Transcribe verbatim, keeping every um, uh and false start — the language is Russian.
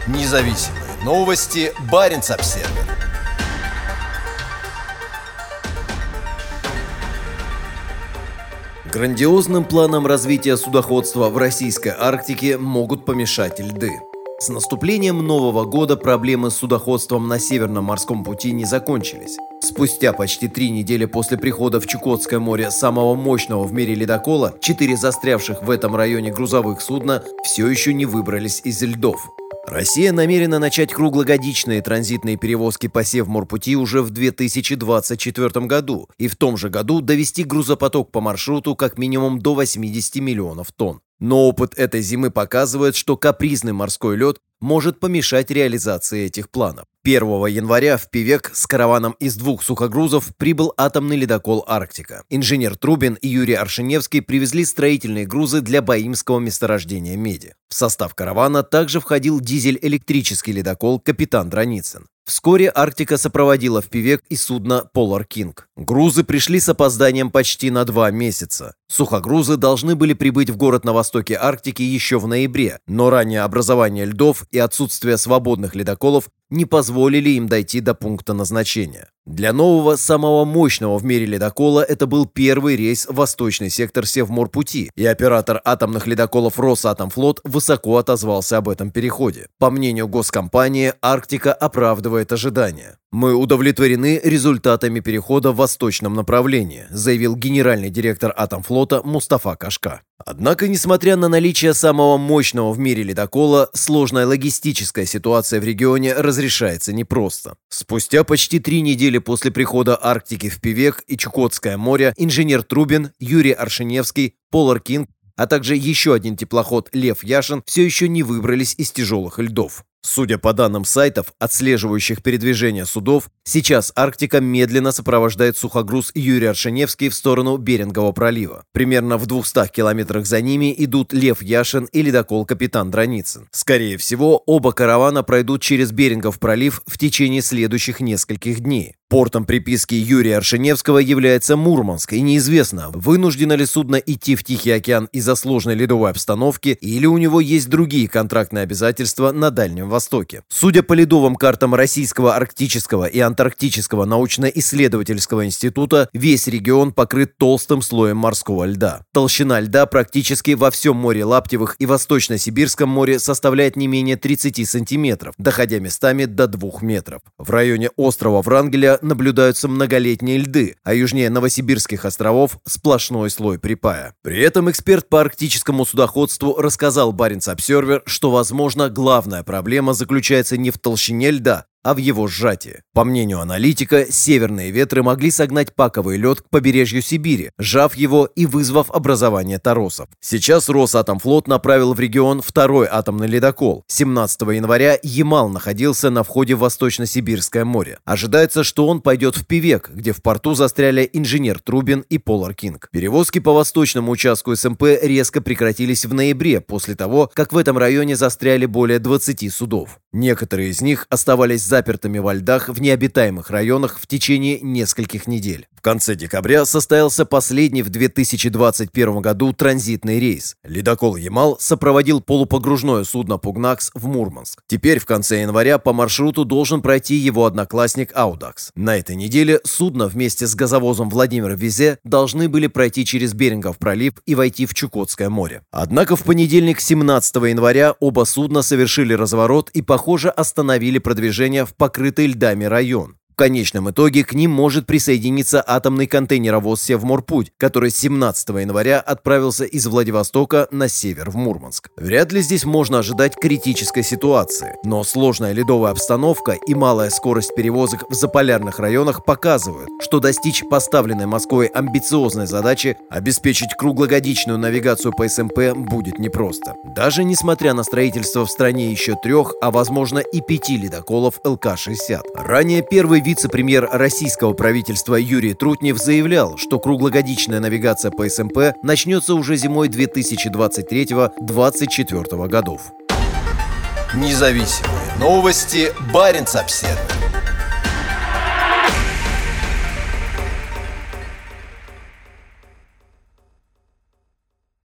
Независимые новости. Баренц-Обсервер. Грандиозным планам развития судоходства в российской Арктике могут помешать льды. С наступлением Нового года проблемы с судоходством на Северном морском пути не закончились. Спустя почти три недели после прихода в Чукотское море самого мощного в мире ледокола, четыре застрявших в этом районе грузовых судна все еще не выбрались из льдов. Россия намерена начать круглогодичные транзитные перевозки по Севморпути уже в две тысячи двадцать четвёртом году и в том же году довести грузопоток по маршруту как минимум до восьмидесяти миллионов тонн. Но опыт этой зимы показывает, что капризный морской лед может помешать реализации этих планов. первого января в Певек с караваном из двух сухогрузов прибыл атомный ледокол «Арктика». Инженер Трубин и Юрий Аршиневский привезли строительные грузы для баимского месторождения меди. В состав каравана также входил дизель-электрический ледокол «Капитан Драницын». Вскоре «Арктика» сопроводила в Певек и судно «Полар Кинг». Грузы пришли с опозданием почти на два месяца. Сухогрузы должны были прибыть в город на востоке Арктики еще в ноябре, но раннее образование льдов и отсутствие свободных ледоколов не позволили им дойти до пункта назначения. Для нового, самого мощного в мире ледокола это был первый рейс в восточный сектор Севморпути, и оператор атомных ледоколов «Росатомфлот» высоко отозвался об этом переходе. По мнению госкомпании, «Арктика» оправдывает ожидания. «Мы удовлетворены результатами перехода в восточном направлении», заявил генеральный директор Атомфлота Мустафа Кашка. Однако, несмотря на наличие самого мощного в мире ледокола, сложная логистическая ситуация в регионе разрешается непросто. Спустя почти три недели после прихода «Арктики» в Певек и Чукотское море инженер Трубин, Юрий Аршиневский, Полар Кинг, а также еще один теплоход «Лев Яшин» все еще не выбрались из тяжелых льдов. Судя по данным сайтов, отслеживающих передвижение судов, сейчас «Арктика» медленно сопровождает сухогруз Юрий Аршиневский в сторону Берингового пролива. Примерно в двухстах километрах за ними идут «Лев Яшин» и ледокол «Капитан Драницын». Скорее всего, оба каравана пройдут через Берингов пролив в течение следующих нескольких дней. Портом приписки Юрия Аршиневского является Мурманск, и неизвестно, вынуждено ли судно идти в Тихий океан из-за сложной ледовой обстановки или у него есть другие контрактные обязательства на Дальнем Востоке. Судя по ледовым картам Российского арктического и антарктического научно-исследовательского института, весь регион покрыт толстым слоем морского льда. Толщина льда практически во всем море Лаптевых и Восточно-Сибирском море составляет не менее тридцати сантиметров, доходя местами до двух метров. В районе острова Врангеля наблюдаются многолетние льды, а южнее Новосибирских островов сплошной слой припая. При этом эксперт по арктическому судоходству рассказал Баренц-Обсервер, что, возможно, главная проблема заключается не в толщине льда, а в его сжатии. По мнению аналитика, северные ветры могли согнать паковый лед к побережью Сибири, сжав его и вызвав образование торосов. Сейчас Росатомфлот направил в регион второй атомный ледокол. семнадцатого января Ямал находился на входе в Восточно-Сибирское море. Ожидается, что он пойдет в Певек, где в порту застряли инженер Трубин и Полар Кинг. Перевозки по восточному участку СМП резко прекратились в ноябре, после того, как в этом районе застряли более двадцати судов. Некоторые из них оставались запертыми во льдах в необитаемых районах в течение нескольких недель. В конце декабря состоялся последний в две тысячи двадцать первом году транзитный рейс. Ледокол «Ямал» сопроводил полупогружное судно «Пугнакс» в Мурманск. Теперь в конце января по маршруту должен пройти его одноклассник «Аудакс». На этой неделе судно вместе с газовозом «Владимир Везе» должны были пройти через Берингов пролив и войти в Чукотское море. Однако в понедельник, семнадцатого января, оба судна совершили разворот и, похоже, остановили продвижение в покрытый льдами район. В конечном итоге к ним может присоединиться атомный контейнеровоз «Севморпуть», который семнадцатого января отправился из Владивостока на север в Мурманск. Вряд ли здесь можно ожидать критической ситуации, но сложная ледовая обстановка и малая скорость перевозок в заполярных районах показывают, что достичь поставленной Москвой амбициозной задачи обеспечить круглогодичную навигацию по СМП будет непросто. Даже несмотря на строительство в стране еще трех, а возможно и пяти ледоколов Эл Ка шестьдесят. Ранее первый вице-премьер российского правительства Юрий Трутнев заявлял, что круглогодичная навигация по СМП начнется уже зимой две тысячи двадцать третьего — двадцать четвёртого годов. Независимые новости. Баренц-Обсервер.